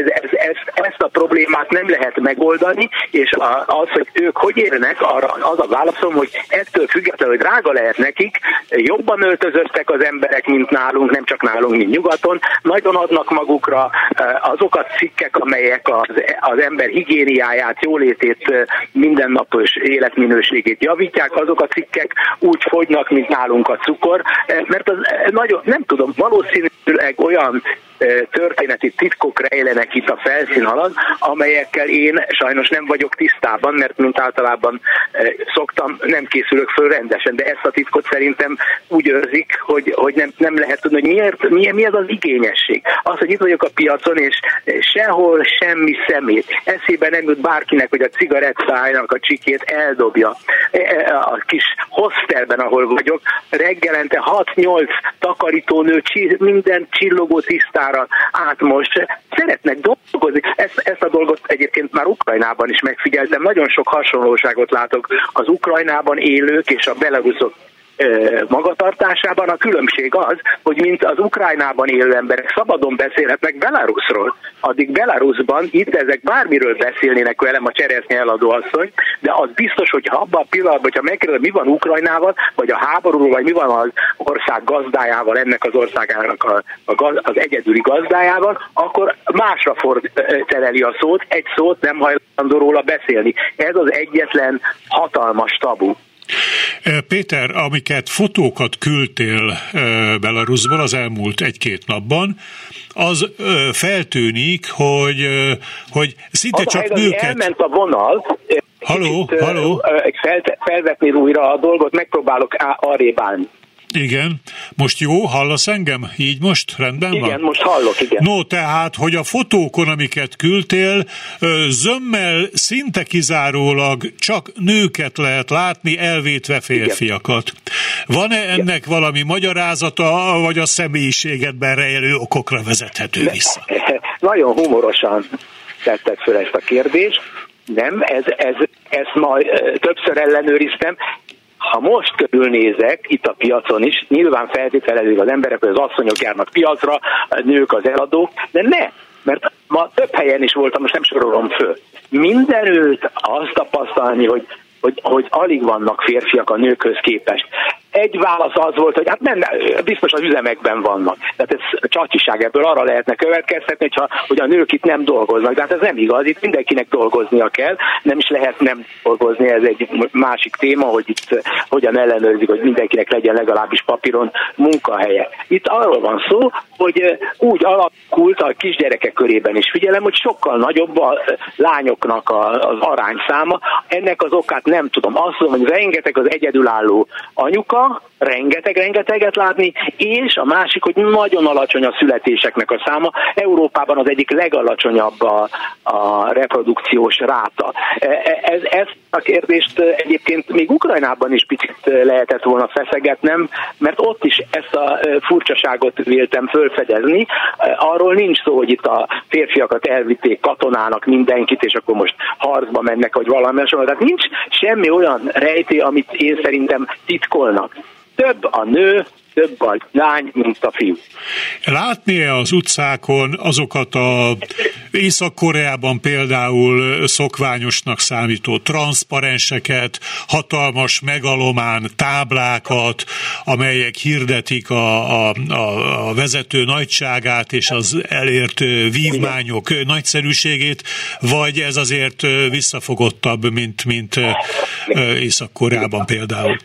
Ezt a problémát nem lehet megoldani, és az, hogy ők hogy érnek, arra az a válaszom, hogy ettől függetlenül, hogy drága lehet nekik, jobban öltözöttek az emberek, mint nálunk, nem csak nálunk, mint nyugaton, nagyon adnak magukra, azok a cikkek, amelyek az ember higiéniáját, jólétét, mindennapos életminőségét javítják, azok a cikkek úgy fogynak, mint nálunk a cukor, mert az nagyon, nem tudom, valószínűleg olyan történeti titkok rejlenek itt a felszín alatt, amelyekkel én sajnos nem vagyok tisztában, mert mint általában szoktam, nem készülök föl rendesen, de ezt a titkot szerintem úgy őrzik, hogy nem lehet tudni, hogy mi ez az igényesség. Az, hogy itt vagyok a piacon, és sehol semmi szemét. Eszébe nem jut bárkinek, hogy a cigarettájának a csikét eldobja. A kis hostelben, ahol vagyok, reggelente 6-8 takarítónő minden csillogó tisztára átmost. Szeretnek dolgozni. Ezt a dolgot egyébként már Ukrajnában is megfigyeltem. Nagyon sok hasonlóságot látok az Ukrajnában élők és a belaruszok magatartásában. A különbség az, hogy mint az Ukrajnában élő emberek szabadon beszélhetnek Belarusról, addig Belarusban itt ezek bármiről beszélnének velem, a cseresznye eladó asszony, de az biztos, hogy abban a pillanatban, hogyha megkérdez, mi van Ukrajnával, vagy a háborúról, vagy mi van az ország gazdájával, ennek az országának az egyedüli gazdájával, akkor másra tereli a szót, egy szót nem hajlandó róla beszélni. Ez az egyetlen hatalmas tabu. Péter, amiket fotókat küldtél Belarusból az elmúlt 1-2 napban, az feltűnik, hogy szinte az csak a nőket... Elment a vonal. Halló? Felvetnéd újra a dolgot, megpróbálok arrébb állni. Igen. Most jó? Hallasz engem? Így most? Rendben van? Igen, most hallok, igen. No, tehát, hogy a fotókon, amiket küldtél, zömmel szinte kizárólag csak nőket lehet látni, elvétve férfiakat. Van-e ennek valami magyarázata, vagy a személyiségedben rejlő okokra vezethető vissza? Nagyon humorosan tetted föl ezt a kérdést. Nem, ezt ma többször ellenőriztem. Ha most körülnézek itt a piacon is, nyilván feltételezik az emberek, hogy az asszonyok járnak piacra, a nők az eladók, de ne, mert ma több helyen is voltam, most nem sorolom föl. Mindenütt azt tapasztalni, hogy alig vannak férfiak a nőkhöz képest. Egy válasz az volt, hogy hát nem, biztos az üzemekben vannak. Tehát ez csacsiság, ebből arra lehetne következtetni, hogy a nők itt nem dolgoznak. De hát ez nem igaz, itt mindenkinek dolgoznia kell, nem is lehet nem dolgozni, ez egy másik téma, hogy itt hogyan ellenőrzik, hogy mindenkinek legyen legalábbis papíron munkahelye. Itt arról van szó, hogy úgy alakult a kisgyerekek körében is figyelem, hogy sokkal nagyobb a lányoknak az arányszáma. Ennek az okát nem tudom. Azt mondom, hogy rengeteg az egyedülálló anyuka, rengeteget látni, és a másik, hogy nagyon alacsony a születéseknek a száma. Európában az egyik legalacsonyabb a reprodukciós ráta. Ezt a kérdést egyébként még Ukrajnában is picit lehetett volna feszegetnem, mert ott is ezt a furcsaságot véltem fölfedezni. Arról nincs szó, hogy itt a férfiakat elvitték katonának mindenkit, és akkor most harcba mennek, vagy valami hasonló. Tehát nincs semmi olyan rejtély, amit én szerintem titkolnak. Több a nő, több a lány, mint a fiú. Látni-e az utcákon azokat a Észak-Koreában például szokványosnak számító transzparenseket, hatalmas megalomán táblákat, amelyek hirdetik a vezető nagyságát és az elért vívmányok nagyszerűségét, vagy ez azért visszafogottabb, mint Észak-Koreában például?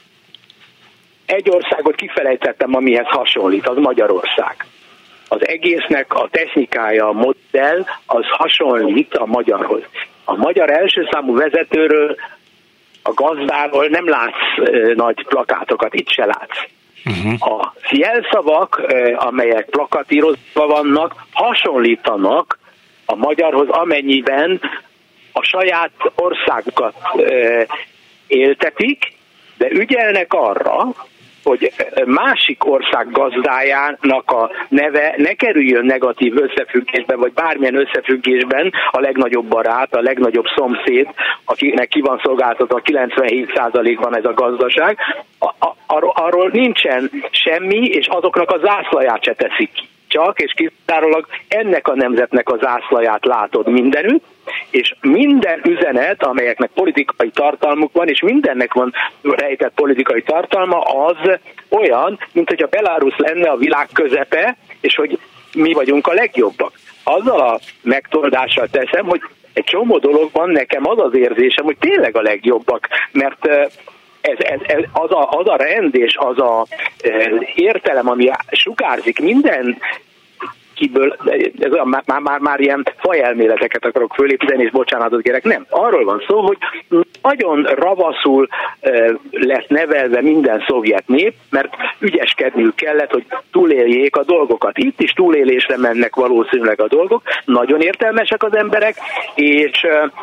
Egy országot kifelejtettem, amihez hasonlít, az Magyarország. Az egésznek a technikája, a modell, az hasonlít a magyarhoz. A magyar első számú vezetőről, a gazdáról nem látsz nagy plakátokat, itt se látsz. A jelszavak, amelyek plakatírozva vannak, hasonlítanak a magyarhoz, amennyiben a saját országukat éltetik, de ügyelnek arra, hogy másik ország gazdájának a neve ne kerüljön negatív összefüggésben, vagy bármilyen összefüggésben a legnagyobb barát, a legnagyobb szomszéd, akinek ki van szolgáltatva 97%-ban ez a gazdaság, arról nincsen semmi, és azoknak a zászlaját se teszik ki. Csak és kizárólag ennek a nemzetnek a zászlaját látod mindenütt, és minden üzenet, amelyeknek politikai tartalmuk van, és mindennek van rejtett politikai tartalma, az olyan, mint hogyha Belarus lenne a világ közepe, és hogy mi vagyunk a legjobbak. Azzal a megtoldással teszem, hogy egy csomó dologban nekem az az érzésem, hogy tényleg a legjobbak, mert az a rend és az a értelem, ami sugárzik minden kiből, már ilyen fajelméleteket akarok fölépíteni, és bocsánatot kérek. Nem, arról van szó, hogy nagyon ravaszul lett nevelve minden szovjet nép, mert ügyeskedniük kellett, hogy túléljék a dolgokat. Itt is túlélésre mennek valószínűleg a dolgok, nagyon értelmesek az emberek, és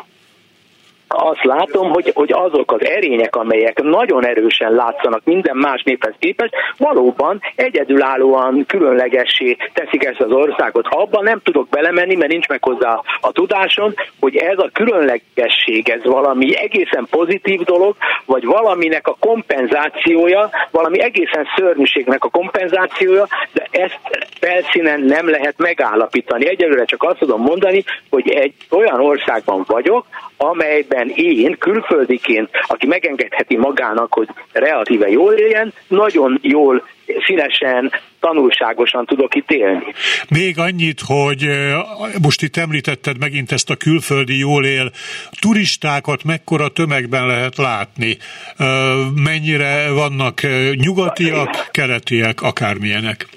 azt látom, hogy azok az erények, amelyek nagyon erősen látszanak minden más néphez képest, valóban egyedülállóan különlegessé teszik ezt az országot. Abban nem tudok belemenni, mert nincs meg hozzá a tudásom, hogy ez a különlegesség, ez valami egészen pozitív dolog, vagy valaminek a kompenzációja, valami egészen szörnyűségnek a kompenzációja, de ezt felszínen nem lehet megállapítani. Egyelőre csak azt tudom mondani, hogy egy olyan országban vagyok, amelyben én külföldiként, aki megengedheti magának, hogy relatíve jól éljen, nagyon jól, színesen, tanulságosan tudok itt élni. Még annyit, hogy most itt említetted megint ezt a külföldi jól él, turistákat mekkora tömegben lehet látni? Mennyire vannak nyugatiak, keletiek, akármilyenek?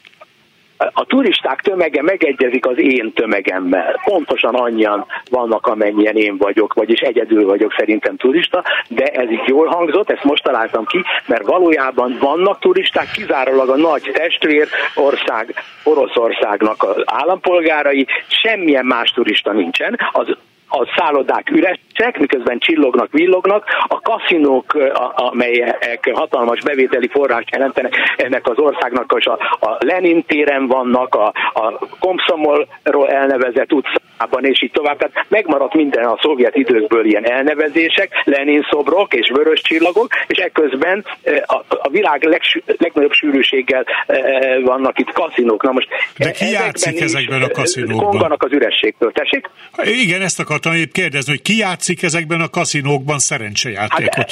A turisták tömege megegyezik az én tömegemmel. Pontosan annyian vannak, amennyien én vagyok, vagyis egyedül vagyok szerintem turista, de ez itt jól hangzott, ezt most találtam ki, mert valójában vannak turisták, kizárólag a nagy testvér ország, Oroszországnak az állampolgárai, semmilyen más turista nincsen, a szállodák üresek, miközben csillognak, villognak, a kaszinók, amelyek hatalmas bevételi forrás jelentenek ennek az országnak, és a Lenin téren vannak, a Komszomolról elnevezett utcában, és így tovább. Tehát megmaradt minden a szovjet időkből ilyen elnevezések, Lenin szobrok és vörös csillagok, és ekközben a világ legnagyobb sűrűséggel vannak itt kaszinók. Na most de ki játszik ezekben a kaszinókban? Konganak az ürességtől, tessék? Igen, ezt akartam épp kérdezni, hogy ki játszik ezekben a kaszinókban szerencsejátékot?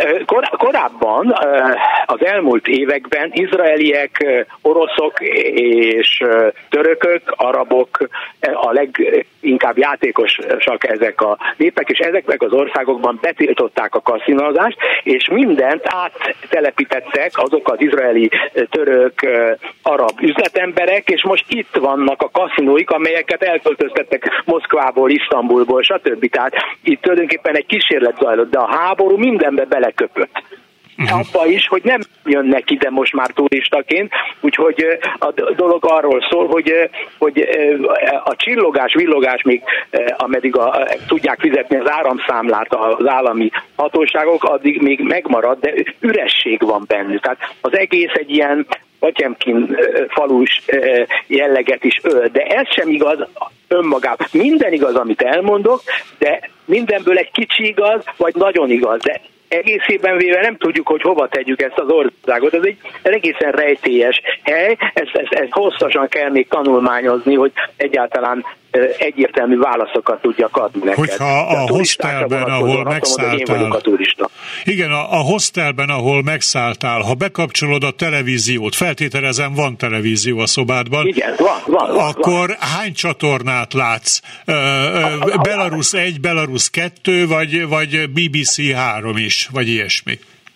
Korábban, az elmúlt években izraeliek, oroszok és törökök, arabok a leginkább játékosak ezek a népek, és ezeknek az országokban betiltották a kaszinózást, és mindent áttelepítettek azok az izraeli, török, arab üzletemberek, és most itt vannak a kaszinóik, amelyeket elköltöztettek Moszkvából, Isztambulból, stb. Tehát itt tulajdonképpen egy kísérlet zajlott, de a háború mindenbe beleköpött. Abba is, hogy nem jönnek ide most már turistaként, úgyhogy a dolog arról szól, hogy a csillogás, villogás még ameddig tudják fizetni az áramszámlát az állami hatóságok, addig még megmarad, de üresség van bennük. Tehát az egész egy ilyen Potyemkin falus jelleget is öl, de ez sem igaz önmagában. Minden igaz, amit elmondok, de mindenből egy kicsi igaz, vagy nagyon igaz, de egészében véve nem tudjuk, hogy hova tegyük ezt az országot. Ez egy egészen rejtélyes hely, ezt hosszasan kell még tanulmányozni, hogy egyáltalán egyértelmű válaszokat tudjak adni neked. Hogyha a hostelben, ahol megszálltál, igen, a hostelben, ahol megszálltál, ha bekapcsolod a televíziót, feltételezem, van televízió a szobádban, igen, van, akkor hány csatornát látsz? Belarus 1, Belarus 2, vagy BBC 3 is, vagy ilyesmi?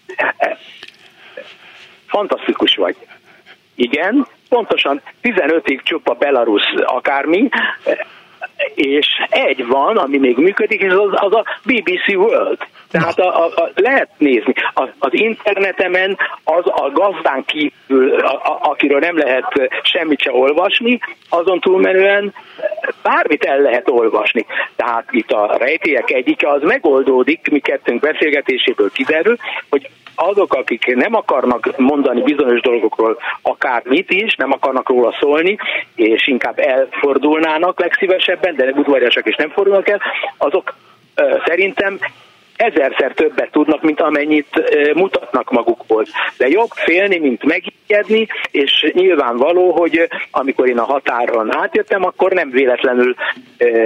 Fantasztikus vagy. Igen, pontosan 15-ig csupa Belarus akármi, és egy van, ami még működik, és az a BBC World. Tehát lehet nézni. Az internetemen az a gazdán kívül, akiről nem lehet semmit se olvasni, azon túlmenően bármit el lehet olvasni. Tehát itt a rejtélyek egyike az megoldódik, mi kettőnk beszélgetéséből kiderül, hogy azok, akik nem akarnak mondani bizonyos dolgokról akármit is, nem akarnak róla szólni, és inkább elfordulnának legszívesebben, de udvariasak és nem fordulnak el, azok szerintem 1000-szer többet tudnak, mint amennyit mutatnak magukból. De jobb félni, mint megijedni, és nyilvánvaló, hogy amikor én a határon átjöttem, akkor nem véletlenül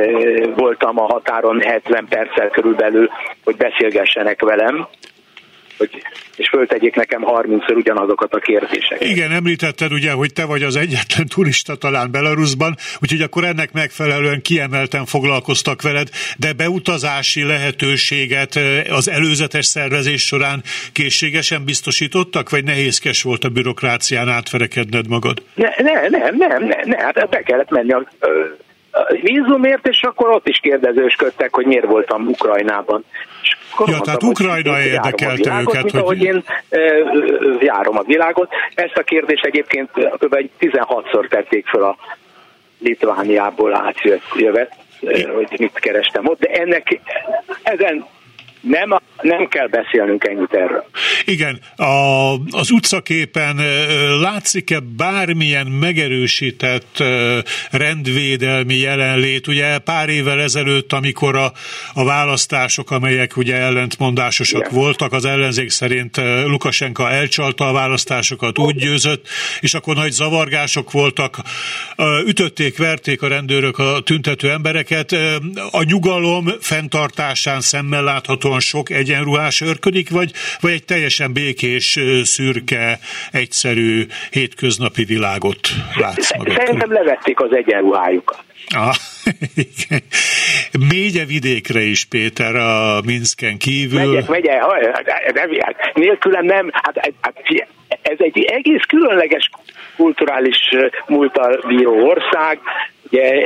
voltam a határon 70 perccel körülbelül, hogy beszélgessenek velem. és föltegyék nekem 30-szor ugyanazokat a kérdéseket. Igen, említetted ugye, hogy te vagy az egyetlen turista talán Belarusban, úgyhogy akkor ennek megfelelően kiemelten foglalkoztak veled, de beutazási lehetőséget az előzetes szervezés során készségesen biztosítottak, vagy nehézkes volt a bürokrácián átverekedned magad? Nem, hát be kellett menni a vízumért, és akkor ott is kérdezősködtek, hogy miért voltam Ukrajnában. Ja, tehát Ukrajna érdekelte őket. Mint ahogy én járom a világot. Ezt a kérdést egyébként kb. 16-szor tették föl a Litvániából átjövet, hogy mit kerestem ott, de ezen nem kell beszélnünk ennyit erről. Igen, az utcaképen látszik-e bármilyen megerősített rendvédelmi jelenlét? Ugye pár évvel ezelőtt, amikor a választások, amelyek ugye ellentmondásosak voltak, az ellenzék szerint Lukasenka elcsalta a választásokat, úgy győzött, és akkor nagy zavargások voltak, ütötték, verték a rendőrök a tüntető embereket. A nyugalom fenntartásán szemmel láthatóan sok egyenruhás őrködik, vagy egy teljesen békés, szürke, egyszerű, hétköznapi világot látsz magad? Szerintem levették az egyenruhájukat. Igen. Mégye vidékre is, Péter, a Minszken kívül. Megye, nélkülem nem, ez egy egész különleges kulturális múlttal bíró ország. Ugye,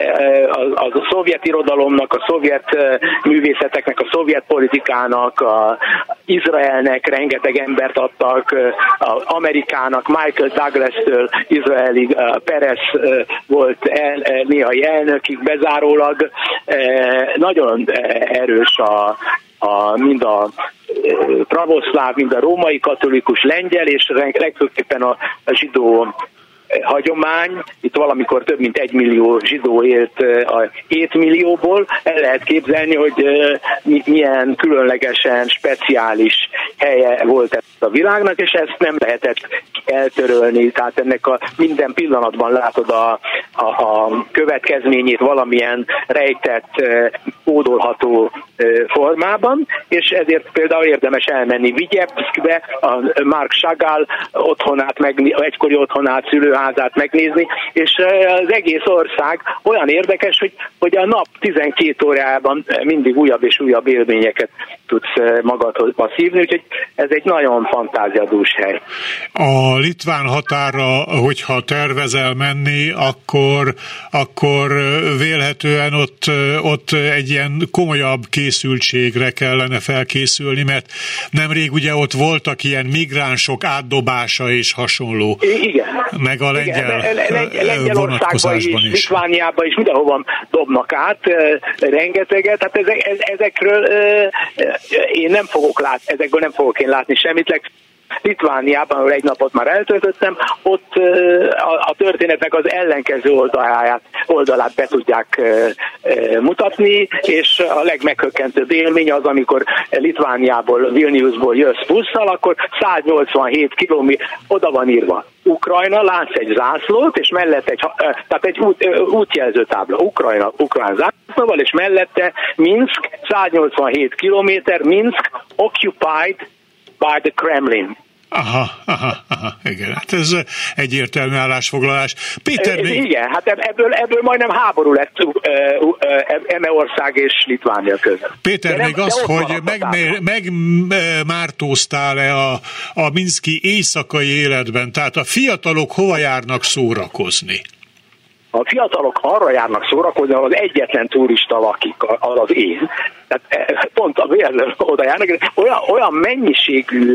a szovjet irodalomnak, a szovjet művészeteknek, a szovjet politikának, a Izraelnek rengeteg embert adtak, az Amerikának, Michael Douglas-től Izraelig, Peres volt néhai elnökig bezárólag. Nagyon erős mind a pravoszláv, mind a római katolikus, lengyel, és legfőképpen a zsidó hagyomány. Itt valamikor több mint 1 millió zsidó élt a 7 millióból. El lehet képzelni, hogy milyen különlegesen speciális helye volt ez a világnak, és ezt nem lehetett eltörölni. Tehát ennek minden pillanatban látod a következményét valamilyen rejtett, kódolható formában, és ezért például érdemes elmenni Vigyebszkbe, a Marc Chagall otthonát, egykori otthonát, szülőházát megnézni, és az egész ország olyan érdekes, hogy a nap 12 órában mindig újabb és újabb élményeket tudsz magadhoz szívni, úgyhogy ez egy nagyon fantáziadús hely. A litván határa, hogyha tervezel menni, akkor vélhetően ott egy ilyen komolyabb készültségre kellene felkészülni, mert nemrég ugye ott voltak ilyen migránsok átdobása és hasonló. Igen. Meg a lengyel vonatkozásban is. Litvániában is mindenhova dobnak át rengeteget, tehát ezekről én nem fogok látni, ezekből nem fogok én látni semmit. Litvániában, ahol egy napot már eltöltöttem, ott a történetnek az ellenkező oldalát be tudják mutatni, és a legmeghökkentőbb élmény az, amikor Litvániából, Vilniusból jössz busszal, akkor 187 kilométer, oda van írva Ukrajna, látsz egy zászlót, és mellette egy útjelző tábla, ukrán zászlóval, és mellette Minsk, 187 kilométer, Minsk occupied by the Kremlin. Aha, igen, hát ez egyértelmű állásfoglalás. Péter, igen, hát ebből majdnem háború lett Emeország és Litvánia között. Péter, még az, hogy megmártóztál-e a minszki éjszakai életben, tehát a fiatalok hova járnak szórakozni? A fiatalok arra járnak szórakozni, az egyetlen turista lakik, az én. Tehát pont a véletlenül oda járnak, olyan mennyiségű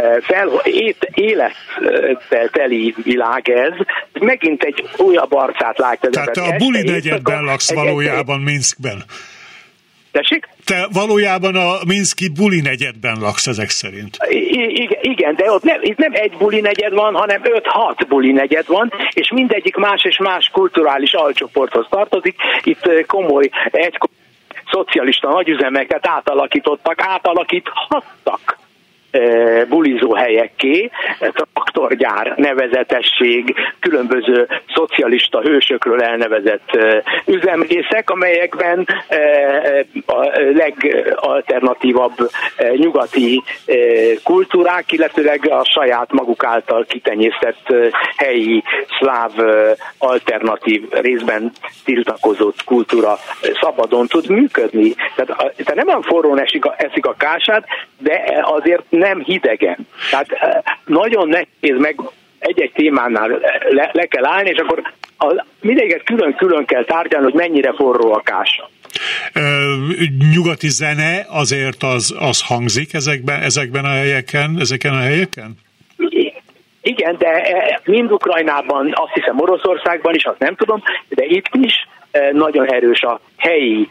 élettel teli világ ez, hogy megint egy újabb arcát látja. Tehát te a buli negyedben laksz valójában Minszkben. Tessék? Te valójában a minszki buli negyedben laksz ezek szerint. Igen, de ott itt nem egy buli negyed van, hanem 5-6 buli negyed van, és mindegyik más és más kulturális alcsoporthoz tartozik. Itt komoly szocialista nagyüzemeket átalakítottak. bulizó helyekké, traktorgyár nevezetesség, különböző szocialista hősökről elnevezett üzemrészek, amelyekben a legalternatívatívabb nyugati kultúrák, illetőleg a saját maguk által kitenyésztett helyi szláv alternatív részben tiltakozott kultúra szabadon tud működni. Tehát nem olyan forrón eszik a kását, de azért nem hidegen. Tehát nagyon nehéz meg egy-egy témánál le kell állni, és akkor mindegyiket külön-külön kell tárgyalni, hogy mennyire forró a kása. Nyugati zene azért az hangzik ezeken a helyeken? Igen, de mind Ukrajnában, azt hiszem Oroszországban is, azt nem tudom, de itt is nagyon erős a helyi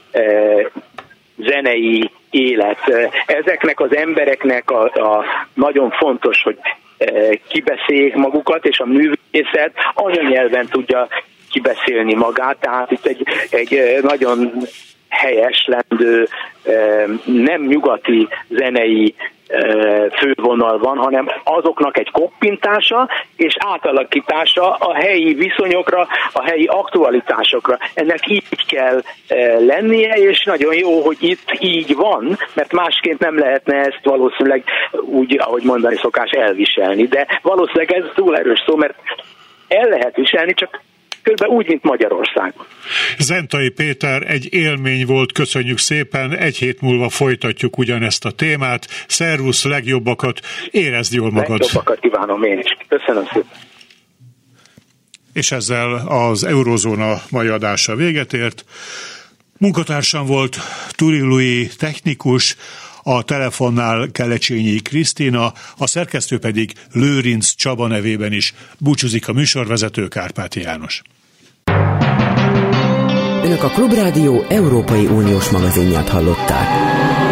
zenei élet. Ezeknek az embereknek a nagyon fontos, hogy kibeszéljék magukat, és a művészet anyanyelven tudja kibeszélni magát, tehát itt egy nagyon helyeslendő, nem nyugati zenei fővonal van, hanem azoknak egy koppintása és átalakítása a helyi viszonyokra, a helyi aktualitásokra. Ennek így kell lennie, és nagyon jó, hogy itt így van, mert másként nem lehetne ezt valószínűleg úgy, ahogy mondani szokás, elviselni. De valószínűleg ez túl erős szó, mert el lehet viselni, csak körülbelül úgy, mint Magyarország. Zentai Péter, egy élmény volt, köszönjük szépen, egy hét múlva folytatjuk ugyanezt a témát. Szervusz, legjobbakat, érezd jól magad. Legjobbakat kívánom én is. Köszönöm szépen. És ezzel az Eurozóna mai adása véget ért. Munkatársam volt Turi Louis technikus, a telefonnál Kelecsényi Krisztina, a szerkesztő pedig Lőrinc Csaba nevében is búcsúzik a műsorvezető, Kárpáti János. Önök a Klubrádió Európai Uniós magazinját hallották.